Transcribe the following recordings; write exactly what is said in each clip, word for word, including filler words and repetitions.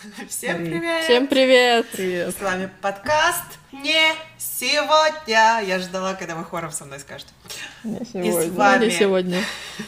Всем привет! Всем привет! Привет! С вами подкаст «Не сегодня». Я ждала, когда вы хором со мной скажете. Не И сегодня. с вами... Не сегодня.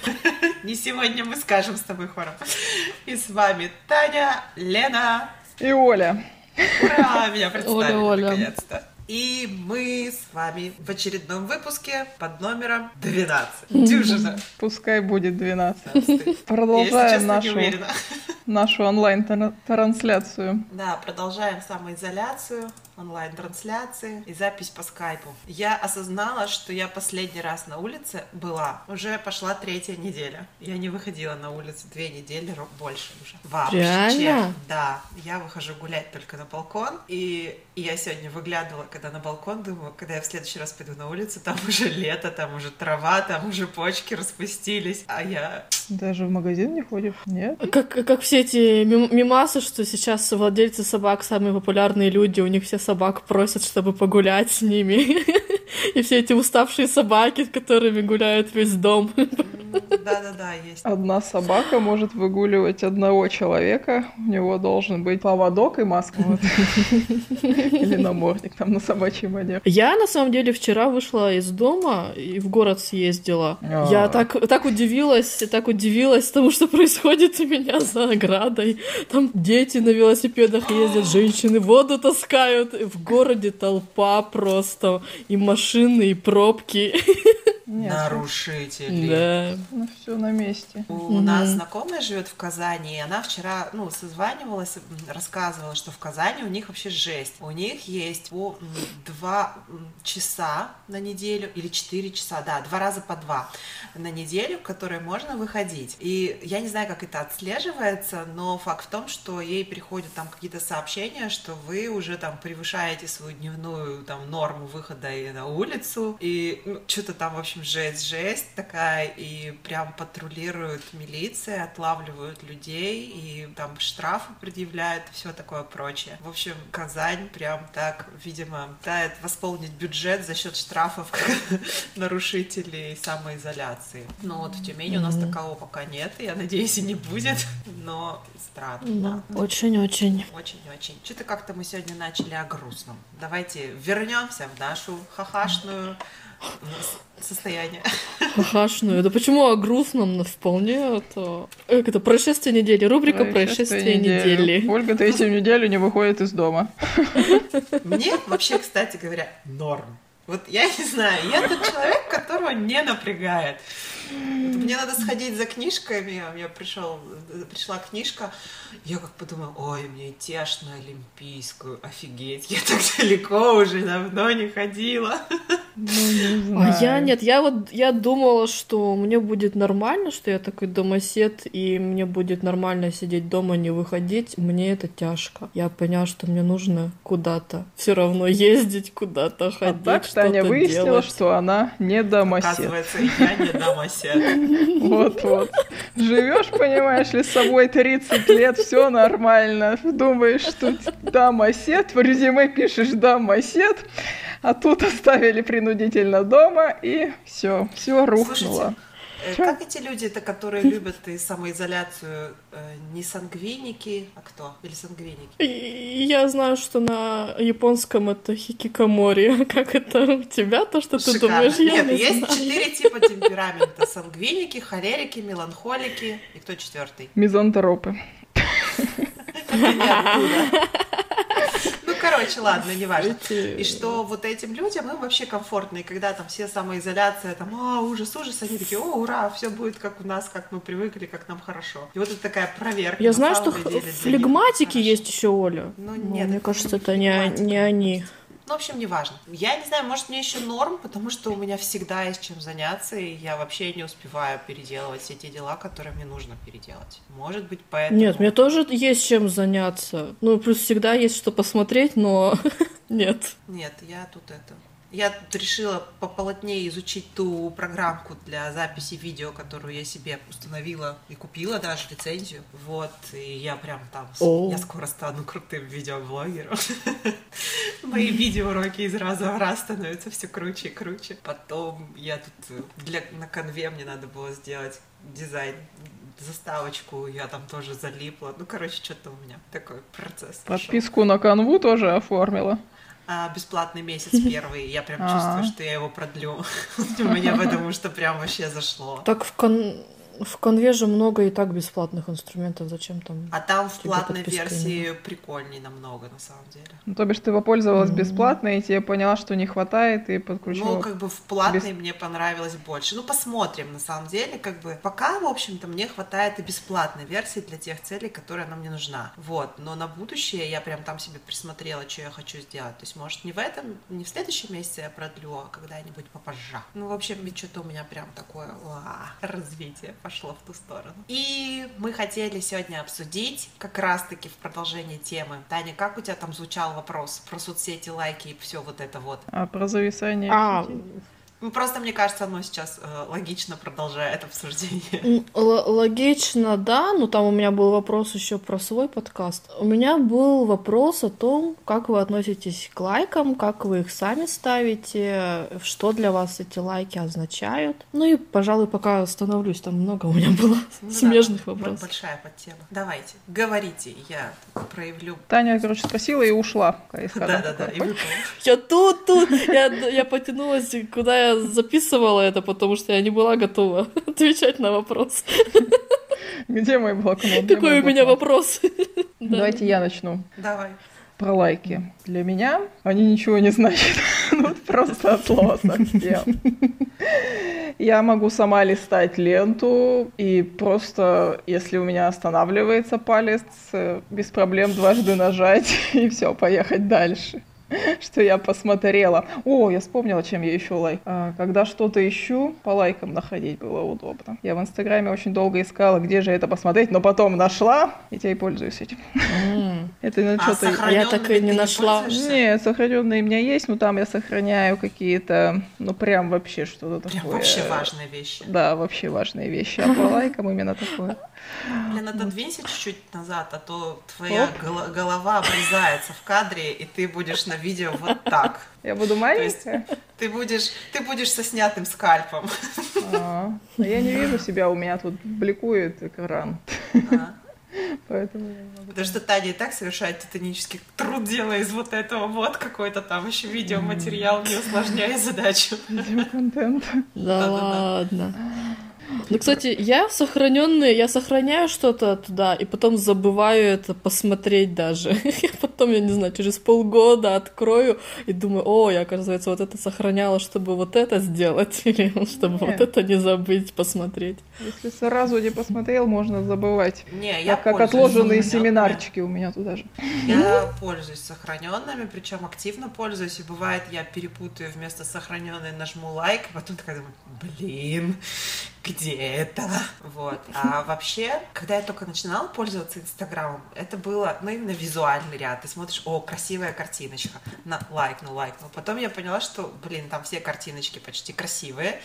Не сегодня мы скажем с тобой хором. И с вами Таня, Лена. И Оля. Ура! Меня представили Оля, Оля. наконец-то. И мы с вами в очередном выпуске под номером двенадцать. Мгм. Дюжина. Пускай будет двенадцать. Я, Продолжаем если честно, не нашу, уверена. нашу онлайн-трансляцию. Да, продолжаем самоизоляцию, онлайн-трансляции и запись по скайпу. Я осознала, что я последний раз на улице была. Уже пошла третья неделя. Я не выходила на улицу две недели, ро- больше уже. Вообще. Реально? Да. Я выхожу гулять только на балкон. И я сегодня выглядывала, когда на балкон, думаю, когда я в следующий раз пойду на улицу, там уже лето, там уже трава, там уже почки распустились. А я... Даже в магазин не ходишь? Нет? Как, как все эти мим- мимасы, что сейчас владельцы собак самые популярные люди, у них все собак просят, чтобы погулять с ними. И все эти уставшие собаки, с которыми гуляют весь дом. Да-да-да, есть. Одна собака может выгуливать одного человека. У него должен быть поводок и маска. Вот. Или намордник там на собачий манер. Я, на самом деле, вчера вышла из дома и в город съездила. А. Я так, так удивилась, так удивилась тому, что происходит у меня за оградой. Там дети на велосипедах ездят, женщины воду таскают. И в городе толпа просто. И машины, и пробки. Нет, Нарушители. Да. ну все на месте. У Мгм. нас знакомая живет в Казани, и она вчера, ну, созванивалась, м, рассказывала, что в Казани у них вообще жесть. У них есть по м, два м, часа на неделю, или четыре часа, да, два раза по два на неделю, в которые можно выходить. И я не знаю, как это отслеживается, но факт в том, что ей приходят там какие-то сообщения, что вы уже там превышаете свою дневную там норму выхода и на улицу, и ну, что-то там, в общем, жесть, жесть такая, и прям патрулируют милиция, отлавливают людей, и там штрафы предъявляют, и все такое прочее. В общем, Казань прям так, видимо, пытает восполнить бюджет за счет штрафов нарушителей самоизоляции. Но вот в Тюмени у нас Мгм. такого пока нет, и я надеюсь, и не будет, но странно, да. Очень-очень. Очень-очень. Что-то как-то мы сегодня начали о грустном. Давайте вернемся в нашу хахашную с- состояние. Хахашную. Да почему о грустном? Ну, вполне это... Как это? Происшествие недели. Рубрика «Происшествие недели». Ольга третью неделю не выходит из дома. Мне вообще, кстати говоря, норм. Вот я не знаю, я тот человек, которого не напрягает. Вот мне надо сходить за книжками, а у меня пришел, пришла книжка, я как подумала, ой, мне идти аж на Олимпийскую, офигеть, я так далеко уже давно не ходила. Ну, не А знаю. я нет, я вот я думала, что мне будет нормально, что я такой домосед, и мне будет нормально сидеть дома, не выходить. Мне это тяжко. Я поняла, что мне нужно куда-то все равно ездить, куда-то А ходить, так что-то Таня выяснила, делать. что она не домосед. Оказывается, я не домосед. Вот-вот. Живешь, понимаешь ли, с собой тридцать лет, все нормально. Думаешь, что домосед, в резюме пишешь домосед, а тут оставили принудительно дома, и все, все рухнуло. Э, Как эти люди-то, которые любят и самоизоляцию, э, не сангвиники, а кто? Или сангвиники? И я знаю, что на японском это хикикамори. Как это у тебя, то, что ты Шикарно. думаешь? Я Нет, не есть знаю. четыре типа темперамента. Сангвиники, холерики, меланхолики. И кто четвертый? Мизантропы. Ну, короче, ладно, неважно. Эти- И что вот этим людям им вообще комфортно. И когда там все самоизоляция, там, а, ужас, ужас, они такие, о, ура, все будет как у нас, как мы привыкли, как нам хорошо. И вот это такая проверка. Я на знаю, что самом х- деле для них флегматики хорошо. есть еще, Оля. Ну, Но нет, мне это кажется, не это не, флегматика. не они. Ну, в общем, неважно. Я не знаю, может, мне еще норм, потому что у меня всегда есть чем заняться, и я вообще не успеваю переделывать все те дела, которые мне нужно переделать. Может быть, поэтому... Нет, мне тоже есть чем заняться. Ну, плюс всегда есть что посмотреть, но нет. Нет, я тут это... Я тут решила пополотнее изучить ту программку для записи видео, которую я себе установила и купила даже лицензию. Вот, и я прям там... О. Я скоро стану крутым видеоблогером. Мои видеоуроки из раза в раз становятся все круче и круче. Потом я тут для, на конве мне надо было сделать дизайн заставочку я там тоже залипла. Ну, короче, что-то у меня такой процесс. Подписку пошел. на канву тоже оформила? А, бесплатный месяц первый, я прям чувствую, что я его продлю. У меня потому что прям вообще зашло. Так в кон... В конве же много и так бесплатных инструментов, зачем там? А там в платной версии прикольней намного, на самом деле. Ну, то бишь ты попользовалась mm-hmm. бесплатно, и тебе поняла, что не хватает, и подключила... Ну, как бы в платной без... мне понравилось больше. Ну, посмотрим, на самом деле, как бы. Пока, в общем-то, мне хватает и бесплатной версии для тех целей, которые нам не нужна. Вот, но на будущее я прям там себе присмотрела, что я хочу сделать. То есть, может, не в этом, не в следующем месяце я продлю, а когда-нибудь попозже. Ну, в общем, что-то у меня прям такое уа, развитие пошло в ту сторону. И мы хотели сегодня обсудить, как раз-таки в продолжении темы. Таня, как у тебя там звучал вопрос про соцсети, лайки и все вот это вот? А про зависание? А, ну, просто, мне кажется, оно сейчас э, логично продолжает обсуждение. Л- логично, да, но там у меня был вопрос еще про свой подкаст. У меня был вопрос о том, как вы относитесь к лайкам, как вы их сами ставите, что для вас эти лайки означают. Ну и, пожалуй, пока остановлюсь, там много у меня было ну, смежных да, вопросов. Большая подтема. Давайте, говорите, я проявлю. Таня, короче, спросила и ушла. Да-да-да, и выпала. Я тут, тут, я, я потянулась, куда я записывала это, потому что я не была готова отвечать на вопрос. Где мой блокнот? Какой у меня вопрос? Давайте я начну. Давай. Про лайки. Для меня они ничего не значат. Ну, просто от слова совсем. Я могу сама листать ленту, и просто, если у меня останавливается палец, без проблем дважды нажать, и все, поехать дальше. Что я посмотрела. О, я вспомнила, чем я ищу лайк. А, когда что-то ищу, по лайкам находить было удобно. Я в Инстаграме очень долго искала, где же это посмотреть, но потом нашла, и теперь пользуюсь этим. Mm. Это ну, а что-то... Я так и не нашла. Нет, сохраненные у меня есть, но там я сохраняю какие-то, ну прям вообще что-то прям такое. Вообще важные вещи. Да, вообще важные вещи. А по лайкам именно такое. Блин, отодвинься чуть-чуть назад, а то твоя гол- голова обрезается в кадре, и ты будешь на видео вот так. Я буду маленькая? Ты будешь, ты будешь со снятым скальпом. А, я не вижу себя, у меня тут бликует экран. А. Поэтому я не могу. Потому что Таня и так совершает титанический труд, делая из вот этого вот какой-то там еще видеоматериал, не усложняя задачу. Видеоконтент. Да, да ладно. Ну, кстати, я сохраненные, я сохраняю что-то туда, и потом забываю это посмотреть даже. Я потом, я не знаю, через полгода открою и думаю, о, я, оказывается, вот это сохраняла, чтобы вот это сделать, или чтобы Нет. вот это не забыть посмотреть. Если сразу не посмотрел, можно забывать. Не, я как пользуюсь отложенные сохраненными. семинарчики у меня туда же. Я пользуюсь сохраненными, причем активно пользуюсь, и бывает, я перепутаю вместо сохраненной, нажму лайк, и потом такая думаю, блин, где это? Вот. А вообще, когда я только начинала пользоваться Инстаграмом, это было, ну, именно визуальный ряд. Ты смотришь, о, красивая картиночка, на лайкнул, лайкнул. Потом я поняла, что, блин, там все картиночки почти красивые.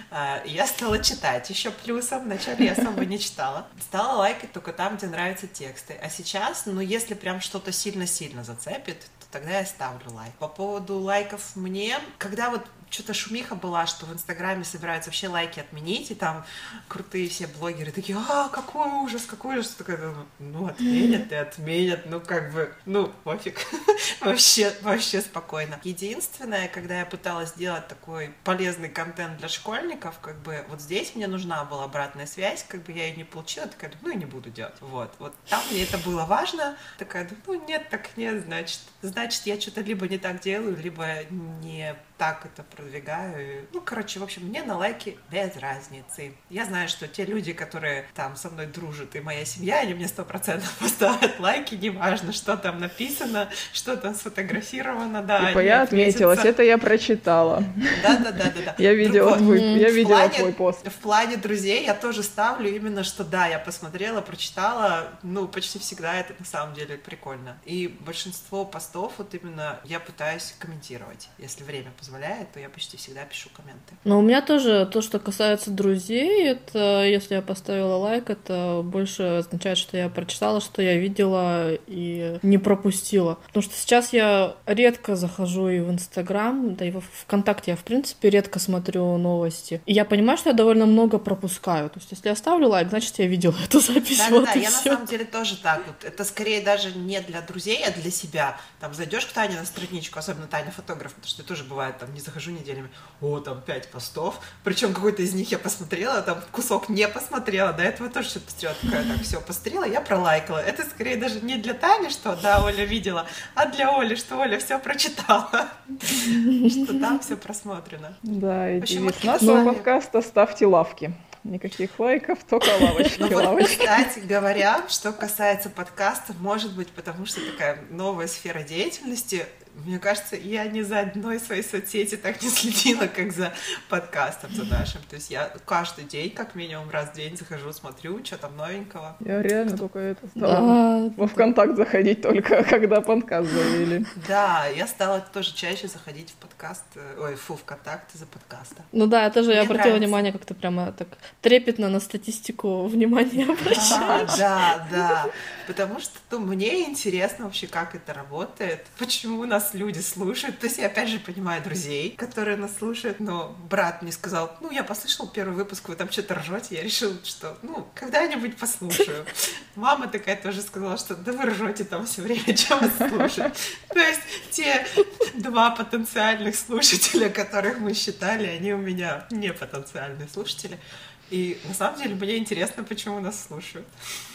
И я стала читать еще плюсом. Вначале я сама не читала. Стала лайкать только там, где нравятся тексты. А сейчас, ну, если прям что-то сильно-сильно зацепит, то тогда я ставлю лайк. По поводу лайков мне, когда вот что-то шумиха была, что в Инстаграме собираются вообще лайки отменить, и там крутые все блогеры такие, а, какой ужас, какой ужас. Такая, думаю, ну, отменят и отменят, ну, как бы, ну, пофиг. вообще, вообще спокойно. Единственное, когда я пыталась сделать такой полезный контент для школьников, как бы, вот здесь мне нужна была обратная связь, как бы я ее не получила, такая, ну, и не буду делать. Вот, вот там мне это было важно, такая, ну, нет, так нет, значит, значит, я что-то либо не так делаю, либо не так это продвигаю. Ну, короче, в общем, мне на лайки без разницы. Я знаю, что те люди, которые там со мной дружат, и моя семья, они мне сто процентов поставят лайки, неважно, что там написано, что там сфотографировано, да. Типа я отметилась, отметятся. Это я прочитала. Да-да-да-да. Я видела, твой, я видела твой пост. В плане друзей я тоже ставлю именно, что да, я посмотрела, прочитала, ну, почти всегда это на самом деле прикольно. И большинство постов вот именно я пытаюсь комментировать, если время позволяет, то я я почти всегда пишу комменты. Но у меня тоже то, что касается друзей, это если я поставила лайк, это больше означает, что я прочитала, что я видела и не пропустила. Потому что сейчас я редко захожу и в Инстаграм, да и в ВКонтакте я, в принципе, редко смотрю новости. И я понимаю, что я довольно много пропускаю. То есть если я ставлю лайк, значит, я видела эту запись. Да, вот да, да, я всё. на самом деле тоже так вот. Это скорее даже не для друзей, а для себя. Там зайдешь к Тане на страничку, особенно Таня фотограф, потому что тоже бывает, там не захожу неделями, о, там пять постов, причем какой-то из них я посмотрела, там кусок не посмотрела, до этого тоже что-то посмотрела, такая, так, все, посмотрела, я пролайкала. Это скорее даже не для Тани, что да, Оля видела, а для Оли, что Оля все прочитала, что там все просмотрено. Да, и общем, вот девиз какие-то нашего сами- подкаста «Ставьте лавки». Никаких лайков, только лавочки, Ну вот, лавочки. кстати говоря, что касается подкастов, может быть, потому что такая новая сфера деятельности, мне кажется, я ни за одной своей соцсети так не следила, как за подкастом, за нашим. То есть я каждый день, как минимум раз в день захожу, смотрю, что там новенького. Я реально только это стала Да, во ВКонтакт заходить только, когда подкаст завели. Да, я стала тоже чаще заходить в подкаст, э, ой, фу, ВКонтакт из-за подкаста. ну да, я тоже я Мне обратила нравится. внимание, как ты прямо так трепетно на статистику внимания обращаешь. Да, да, да. Потому что ну, мне интересно вообще, как это работает, почему нас люди слушают. То есть я опять же понимаю друзей, которые нас слушают, но брат мне сказал, ну, я послушал первый выпуск, вы там что-то ржете, я решил, что, ну, когда-нибудь послушаю. Мама такая тоже сказала, что да вы ржете там все время, чем вас слушать. То есть те два потенциальных слушателя, которых мы считали, они у меня не потенциальные слушатели. И на самом деле мне интересно, почему нас слушают.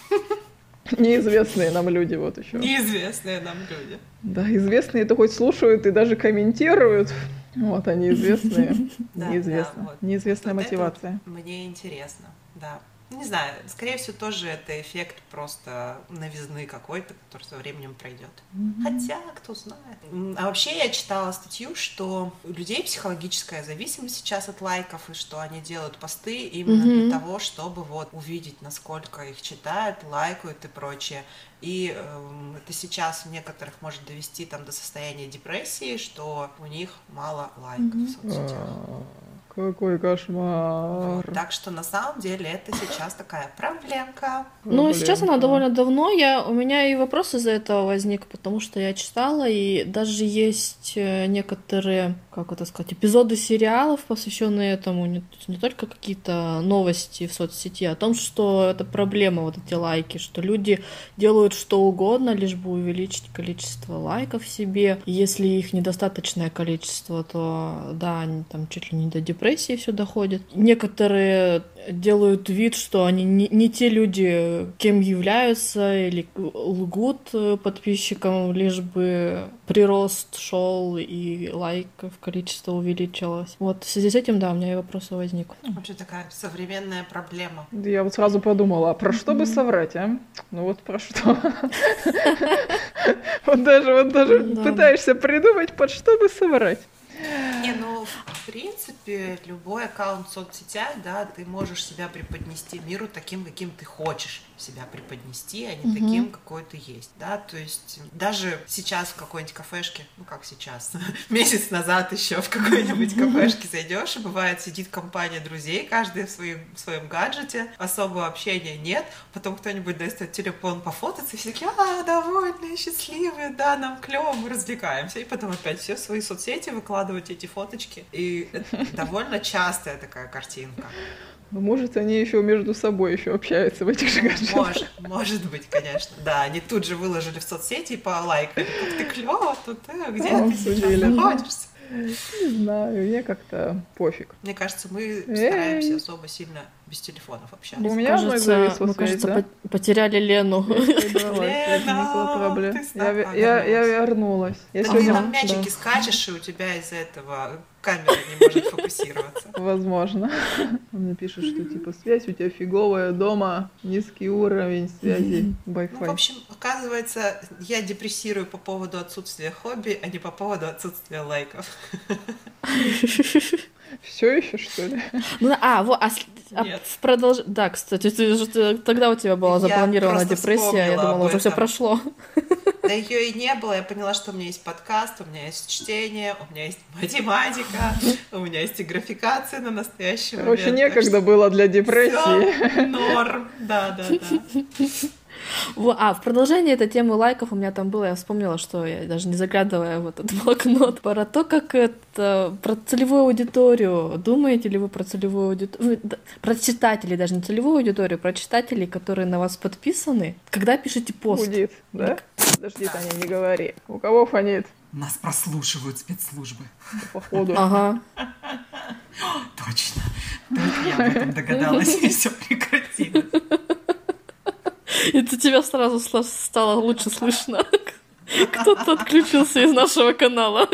Неизвестные нам люди вот еще. Неизвестные нам люди. Да, известные-то хоть слушают и даже комментируют. Вот, а неизвестные. Да, Неизвестно. да, вот. Неизвестная Вот это мотивация. вот мне интересно, да. Не знаю, скорее всего, тоже это эффект просто новизны какой-то, который со временем пройдет. Хотя, кто знает. М, А вообще я читала статью, что у людей психологическая зависимость сейчас от лайков, и что они делают посты именно Мгм. для того, чтобы вот увидеть, насколько их читают, лайкают и прочее. И эм, это сейчас некоторых может довести там до состояния депрессии, что у них мало лайков в соцсетях. А, Какой кошмар. Вот. Так что на самом деле это сейчас такая проблемка. Ну, сейчас она Проблемка. довольно давно. Я, у меня и вопрос из-за этого возник, потому что я читала, и даже есть э, некоторые, как это сказать, эпизоды сериалов, посвященные этому, не, не только какие-то новости в соцсети, а о том, что это проблема, вот эти лайки, что люди делают что угодно, лишь бы увеличить количество лайков себе. Если их недостаточное количество, то да, они там чуть ли не до депрессии все доходит. Некоторые делают вид, что они не, не те люди, кем являются, или лгут подписчикам, лишь бы прирост шел и лайков количество увеличилось. Вот в связи с этим, да, у меня и вопросы возникли. Вообще такая современная проблема. Я вот сразу подумала, а про что бы соврать, а? Ну вот про что? Вот даже, вот даже Да. пытаешься придумать, под что бы соврать. Не, ну, в принципе, любой аккаунт в соцсетях, да, ты можешь себя преподнести миру таким, каким ты хочешь себя преподнести, а не Мгм. таким, какой ты есть, да, то есть даже сейчас в какой-нибудь кафешке, ну как сейчас, месяц назад еще в какой-нибудь кафешке зайдешь, и бывает сидит компания друзей, каждый в своем, в своем гаджете, особого общения нет, потом кто-нибудь достает телефон пофотаться, и все такие, а, довольные, счастливые, да, нам клево, мы развлекаемся, и потом опять все в свои соцсети выкладывать эти фоточки, и это довольно частая такая картинка. Ну, может, они еще между собой еще общаются в этих же гаджетах. Может, может быть, конечно. Да, они тут же выложили в соцсети и полайкали. Как ты клево тут, э, где А, ты сейчас обсудили. находишься? Не знаю, мне как-то пофиг. Мне кажется, мы Эй. стараемся особо сильно без телефонов общаться. У меня одной кажется, зависла мы, связь, кажется, да? по- потеряли Лену. Лена, ты Я, снова я, я вернулась. вернулась. Я Да ты сегодня, там мячики да, скачешь, и у тебя из-за этого камера не может фокусироваться. возможно. Он мне пишет, что типа связь у тебя фиговая дома, низкий уровень связи, Ну, в Wi-Fi. общем, оказывается, я депрессирую по поводу отсутствия хобби, а не по поводу отсутствия лайков. Все еще, что ли? Ну, а, вот, а, с- а Нет. в продолж... Да, кстати, ты же- ты- тогда у тебя была Я запланирована просто депрессия, я вспомнила думала, об уже все этом. прошло. когда ее и не было, я поняла, что у меня есть подкаст, у меня есть чтение, у меня есть математика, у меня есть и графикация на настоящий момент. Короче, некогда было для депрессии. Всё норм, да-да-да. А, в продолжение этой темы лайков у меня там было, я вспомнила, что я даже не заглядывая в этот блокнот, про то, как это, про целевую аудиторию. Думаете ли вы про целевую аудиторию? Про читателей, даже не целевую аудиторию, про читателей, которые на вас подписаны, когда пишете пост. Гудит, да? Подожди, Таня, не говори. У кого фонит? Нас прослушивают спецслужбы. Походу. Ага. Точно. Только я об этом догадалась, и все прекратилось. Это тебя сразу стало лучше слышно. Кто-то отключился из нашего канала.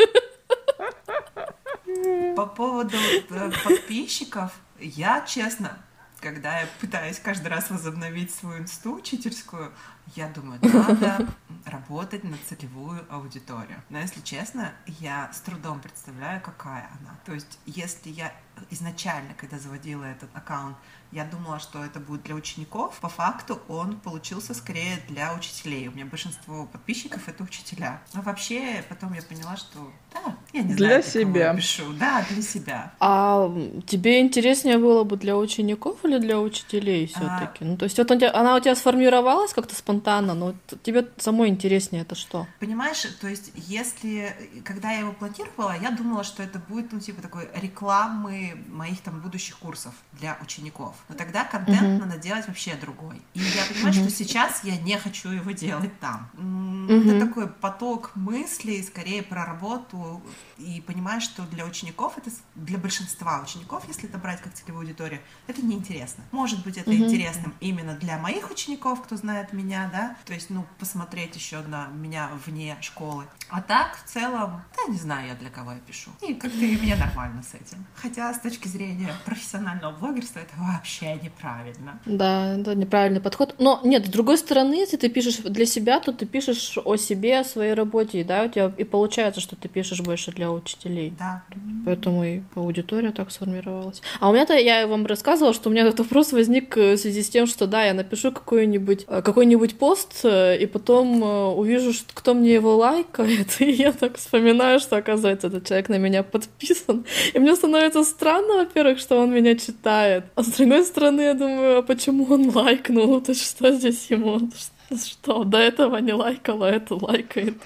По поводу э, подписчиков, я, честно, когда я пытаюсь каждый раз возобновить свою инсту учительскую, я думаю, надо работать на целевую аудиторию. Но, если честно, я с трудом представляю, какая она. То есть, если я изначально, когда заводила этот аккаунт, я думала, что это будет для учеников, по факту он получился скорее для учителей. У меня большинство подписчиков — это учителя. А вообще, потом я поняла, что да, я не для знаю, для себя. кого я пишу. Да, для себя. А тебе интереснее было бы для учеников или для учителей все-таки? А... Ну, то есть вот она у тебя сформировалась как-то спонтанно, но тебе самой интереснее это что? Понимаешь, то есть если, когда я его планировала, я думала, что это будет, ну, типа такой рекламы моих там будущих курсов для учеников. Но тогда контент uh-huh. надо делать вообще другой. И я понимаю, uh-huh. что сейчас я не хочу его делать там. Uh-huh. Это такой поток мыслей, скорее про работу. И понимаю, что для учеников, это для большинства учеников, если это брать как целевую аудиторию, это неинтересно. Может быть, это uh-huh. интересным именно для моих учеников, кто знает меня, да, то есть, ну, посмотреть еще на меня вне школы. А так, в целом, да, не знаю я, для кого я пишу. И как-то и мне нормально с этим. Хотя, с точки зрения профессионального блогерства, это вообще неправильно. Да, это неправильный подход. Но нет, с другой стороны, если ты пишешь для себя, то ты пишешь о себе, о своей работе, да, у тебя и получается, что ты пишешь больше для учителей. Да. Поэтому и аудитория так сформировалась. А у меня-то, я вам рассказывала, что у меня этот вопрос возник в связи с тем, что да, я напишу какой-нибудь, какой-нибудь пост, и потом увижу, кто мне его лайкает, и я так вспоминаю, что, оказывается, этот человек на меня подписан. И мне становится странно, во-первых, что он меня читает. А с другой стороны, я думаю, а почему он лайкнул? То есть что здесь ему? Что, до этого не лайкала, это лайкает.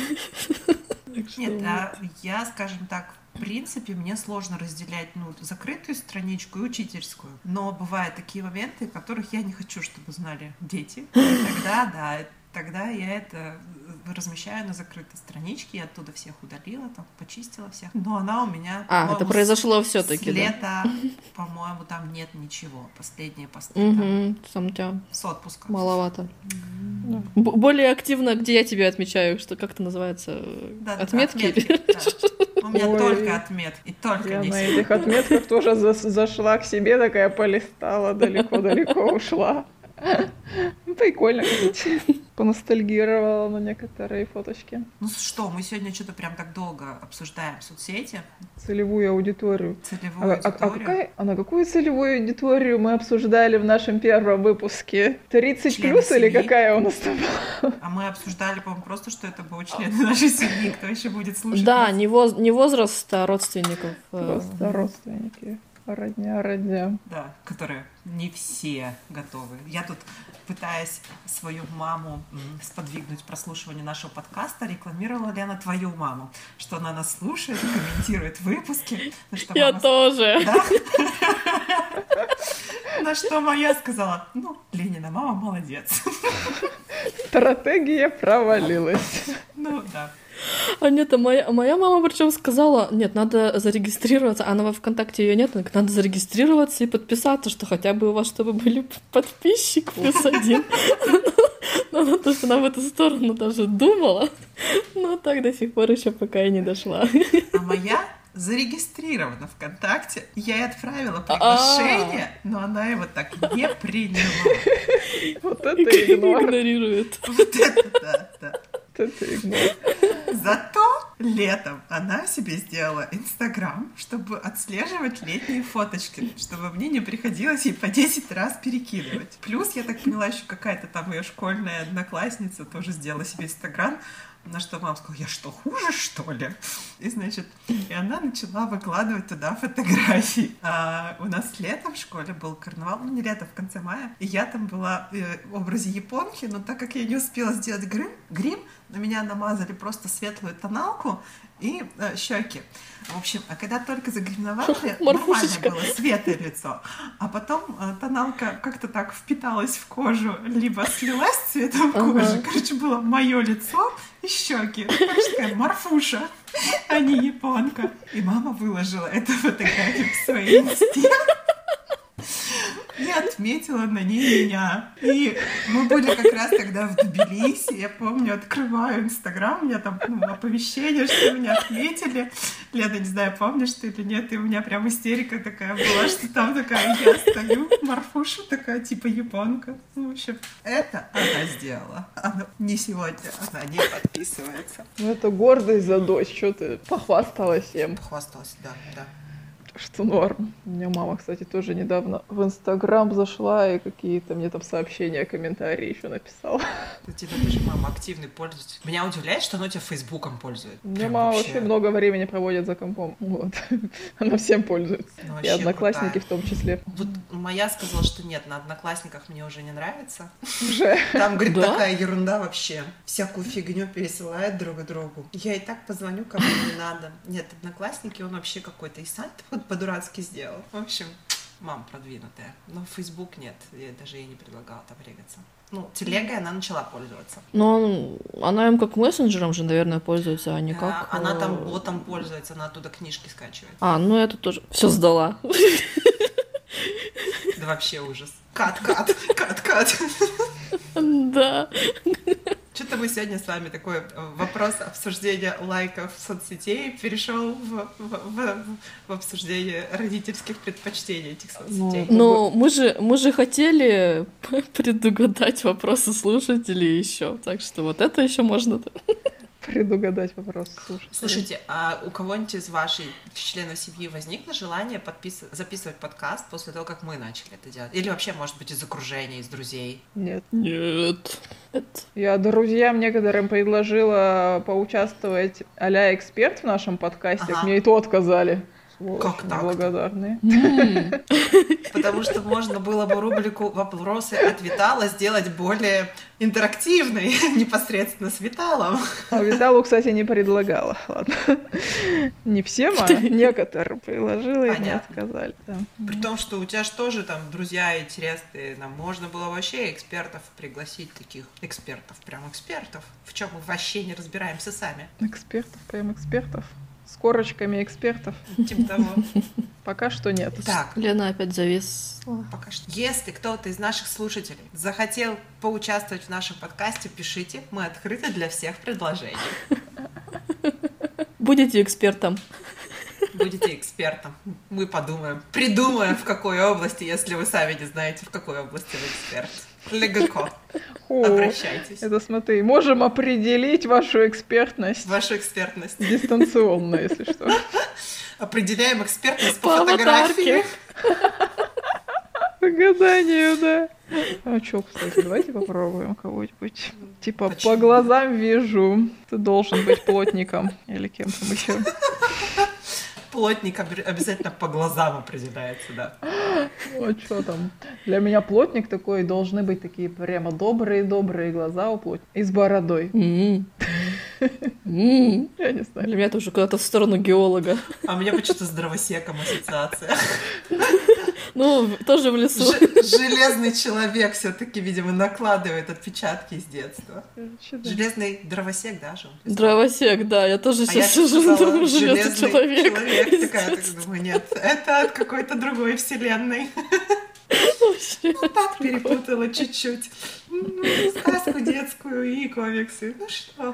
Нет, а я, скажем так, в принципе, мне сложно разделять, ну, закрытую страничку и учительскую. Но бывают такие моменты, которых я не хочу, чтобы знали дети. И тогда, да, тогда я это размещаю на закрытой страничке, я оттуда всех удалила, там, почистила всех. Но она у меня... А, это произошло все-таки, да? С лета, по-моему, там нет ничего. Последние посты там. Там у тебя с отпуска. Маловато. Более активно, где я тебя отмечаю, что как это называется? Отметки? У меня только отметки, и только я не на этих отметках тоже зашла к себе, такая полистала, далеко-далеко ушла. Прикольно, кстати. Поностальгировала на некоторые фоточки. Ну что, мы сегодня что-то прям так долго обсуждаем соцсети. Целевую аудиторию. Целевую а, аудиторию. А, а, какая, а на какую целевую аудиторию мы обсуждали в нашем первом выпуске? тридцать плюс или какая у нас там была? А мы обсуждали, по-моему, просто, что это будут члены нашей семьи, кто еще будет слушать. Да, не, воз, не возраст, а родственников. Просто родственники. Родня, родня. Да, которые не все готовы. Я тут, пытаясь свою маму сподвигнуть к прослушиванию нашего подкаста, рекламировала ли она твою маму, что она нас слушает, комментирует выпуски. Я мама... тоже. Да? На что моя сказала, ну, Ленина мама молодец. Стратегия провалилась. Ну, да. А нет, а моя, моя мама причем сказала, нет, надо зарегистрироваться, а на во ВКонтакте ее нет, надо зарегистрироваться и подписаться, что хотя бы у вас, чтобы были подписчик плюс один. Но то, что она в эту сторону даже думала, но так до сих пор еще пока и не дошла. А моя зарегистрирована ВКонтакте, я ей отправила приглашение, но она его так не приняла. Вот это игнор. Игнорирует. Вот это да, да. Это игнор. Зато летом она себе сделала Инстаграм, чтобы отслеживать летние фоточки, чтобы мне не приходилось ей по десять раз перекидывать. Плюс, я так поняла, еще какая-то там ее школьная одноклассница тоже сделала себе Инстаграм, на что мама сказала: я что, хуже, что ли? И, значит, и она начала выкладывать туда фотографии. А у нас летом в школе был карнавал, ну, не лето, в конце мая, и я там была э, в образе японки, но так как я не успела сделать грим, грим на меня намазали просто светлую тоналку и э, щеки. В общем, а когда только загримновали, нормально было, светлое лицо. А потом э, тоналка как-то так впиталась в кожу, либо слилась цветом кожи. Uh-huh. Короче, было мое лицо и щеки. Короче, такая Марфуша, а не японка. И мама выложила эту фотографию в своей инсте и отметила на ней меня. И мы были как раз тогда в Тбилиси. Я помню, открываю Инстаграм, у меня там ну, оповещение, что меня отметили. Лена, не знаю, помнишь ты или нет, и у меня прям истерика такая была, что там такая я стою, Марфуша такая, типа японка. Ну, в общем, это она сделала. Она не сегодня, она не подписывается. Ну, это гордость за дочь, что ты похвасталась им. Похвасталась, да, да. Что норм. У меня мама, кстати, тоже недавно в Инстаграм зашла и какие-то мне там сообщения, комментарии еще написала. У тебя тоже мама активный пользователь. Меня удивляет, что она у тебя Фейсбуком пользуется. У меня мама вообще... вообще много времени проводит за компом. Вот. Она всем пользуется. Ну, и одноклассники крутая. В том числе. Вот моя сказала, что нет, на Одноклассниках мне уже не нравится. Уже? Там, говорит, да? Такая ерунда вообще. Всякую фигню пересылает друг другу. Я и так позвоню, кому не надо. Нет, Одноклассники, он вообще какой-то и сайт по-дурацки сделал. В общем, мама продвинутая. Но Facebook нет. Я даже ей не предлагала там регаться. Ну, телегой она начала пользоваться. Но она им как мессенджером же, наверное, пользуется, а не как... А, она там ботом пользуется, она оттуда книжки скачивает. А, ну это тоже... Все сдала. Да вообще ужас. Кат-кат, кат-кат. Да. Что-то мы сегодня с вами такой вопрос обсуждения лайков соцсетей перешел в, в, в, в обсуждение родительских предпочтений этих соцсетей. Ну, мы же, мы же хотели предугадать вопросы слушателей еще, так что вот это еще можно предугадать вопрос слушателей. Слушайте, а у кого-нибудь из ваших членов семьи возникло желание подпис... записывать подкаст после того, как мы начали это делать? Или вообще, может быть, из окружения, из друзей? Нет. Нет. Я друзьям некоторым предложила поучаствовать а-ля эксперт в нашем подкасте, ага. Мне и то отказали. Как так? Благодарные. Потому что можно было бы рубрику «Вопросы от Витала» сделать более интерактивной, непосредственно с Виталом. А Виталу, кстати, не предлагала. Ладно. Не всем, а некоторым предложила, и мне отказали. Да. При том, что у тебя же тоже там друзья интересные, нам можно было вообще экспертов пригласить, таких экспертов, прям экспертов, в чем мы вообще не разбираемся сами. Экспертов, прям экспертов. С корочками экспертов. Типа того. Пока что нет. Так. Лена опять зависла. Пока что. Если кто-то из наших слушателей захотел поучаствовать в нашем подкасте, пишите. Мы открыты для всех предложений. Будете экспертом. Будете экспертом. Мы подумаем. Придумаем, в какой области, если вы сами не знаете, в какой области вы эксперт. Легко. О, обращайтесь. Это смотри, можем определить вашу экспертность. Вашу экспертность. Дистанционно, если что. Определяем экспертность по, по фотографии. По гаданию, да. А что, кстати, давайте попробуем кого-нибудь. Типа, почему? По глазам вижу, ты должен быть плотником или кем-то еще. Плотник обязательно по глазам определяется, да. Вот что там. Для меня плотник такой, должны быть такие прямо добрые-добрые глаза у плотника. И с бородой. Я не знаю. Для меня это уже куда-то в сторону геолога. А у меня почему-то с дровосеком ассоциация. Ну, тоже в лесу. Железный человек все-таки, видимо, накладывает отпечатки с детства. Железный дровосек, да, же? Дровосек, да. Я тоже сейчас сижу, думаю, железный человек. человек. Такая, так думаю, нет, это от какой-то другой вселенной. Вообще, ну, так перепутала чуть-чуть. Ну, сказку детскую и комиксы. Ну что?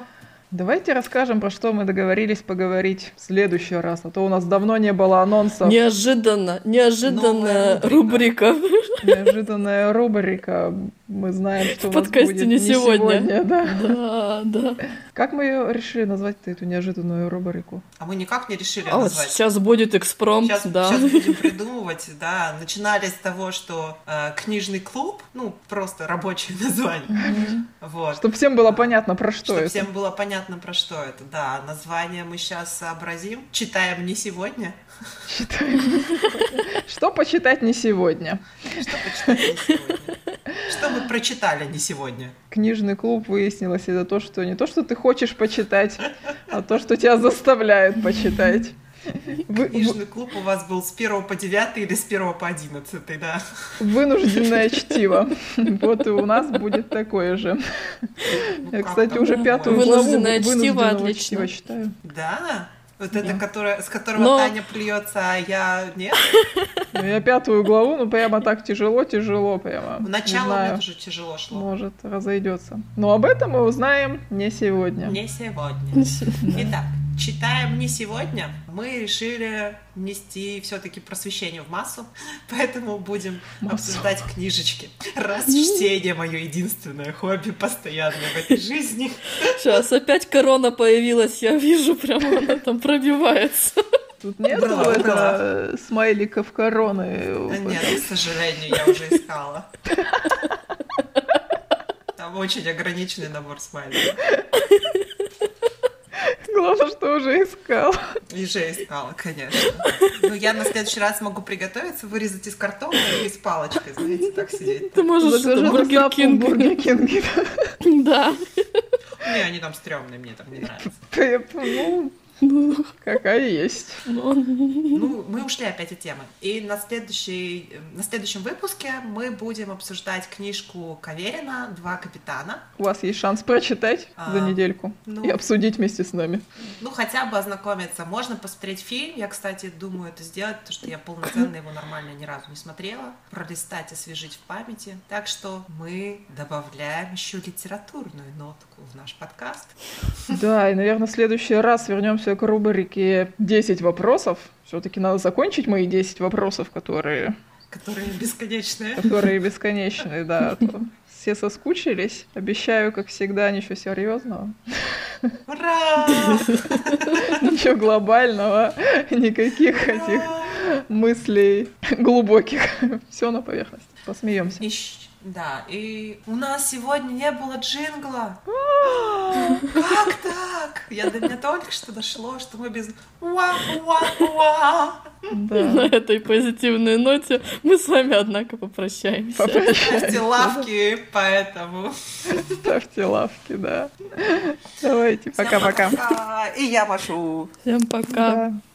Давайте расскажем, про что мы договорились поговорить в следующий раз, а то у нас давно не было анонсов. Неожиданно, неожиданная Новая рубрика. Неожиданная рубрика. Мы знаем, что В у нас подкасте будет не сегодня. да. Да, да. Как мы ее решили назвать-то, эту неожиданную рубрику? А мы никак не решили А вот назвать. сейчас будет экспромт, Сейчас, да. сейчас будем придумывать, да. Начинали с того, что э, книжный клуб, ну, просто рабочее название. Вот. Чтобы всем было понятно, про что Чтобы это. всем было понятно, про что это. Да, название мы сейчас сообразим. Читаем не сегодня. Читаем. Что почитать не сегодня? Что почитать не сегодня? Что мы прочитали не сегодня? Книжный клуб, выяснилось, это то, что не то, что ты хочешь почитать, а то, что тебя заставляют почитать. Вы- Книжный клуб у вас был с первого по девятый или с первого по одиннадцатый, да? Вынужденное чтиво. Вот и у нас будет такое же. Ну, Я, как кстати, там, уже по-моему. пятую главу Вынужденное чтиво, вынужденного отлично. чтива читаю. Да? Вот это, Да. которое, с которого Но- Таня плюется, а я нет? Ну, я пятую главу, ну прямо так тяжело-тяжело прямо. В Не начало мне знаю, тоже тяжело шло. может, разойдется. Но об этом мы узнаем не сегодня. Не сегодня. Итак, читаем не сегодня. Мы решили внести все-таки просвещение в массу, поэтому будем Массу. обсуждать книжечки. Раз чтение мое единственное хобби постоянно в этой жизни. Сейчас опять корона появилась, я вижу, прямо она там пробивается. Тут нет Убрала, этого убрала. смайликов короны. Да нет, к сожалению, я уже искала. Там очень ограниченный набор смайликов. Главное, что уже искал. И же искала, конечно. Ну, я на следующий раз могу приготовиться, вырезать из картона и с палочкой, знаете, так сидеть. Ты можешь Закажи это, Бургер доставку в Кинг. Бургер Кинге. Да. Не, они там стрёмные, мне там не нравится. Ну, какая есть. Ну, Ну, мы ушли опять от темы. И на, следующий, на следующем выпуске мы будем обсуждать книжку Каверина «Два капитана». У вас есть шанс прочитать А, за недельку ну. и обсудить вместе с нами. Ну, хотя бы ознакомиться. Можно посмотреть фильм. Я, кстати, думаю это сделать, потому что я полноценно его нормально ни разу не смотрела. Пролистать, освежить в памяти. Так что мы добавляем еще литературную нотку в наш подкаст. Да, и, наверное, в следующий раз вернемся к рубрике десять вопросов. Все-таки надо закончить мои десять вопросов, которые, Которые бесконечные. которые бесконечны, да. а то все соскучились. Обещаю, как всегда, ничего серьезного, Ура! ничего глобального, никаких этих Ура! мыслей глубоких. Все на поверхности. Посмеемся. Ищ- Да, и у нас сегодня не было джингла. Как так? Я до меня только что дошло, что мы без уа-уа-уа. Да. на этой позитивной ноте мы с вами, однако, попрощаемся. Ставьте лавки, поэтому. Ставьте лавки, да. Давайте, Всем пока-пока. пока. И я машу. Всем пока. Да.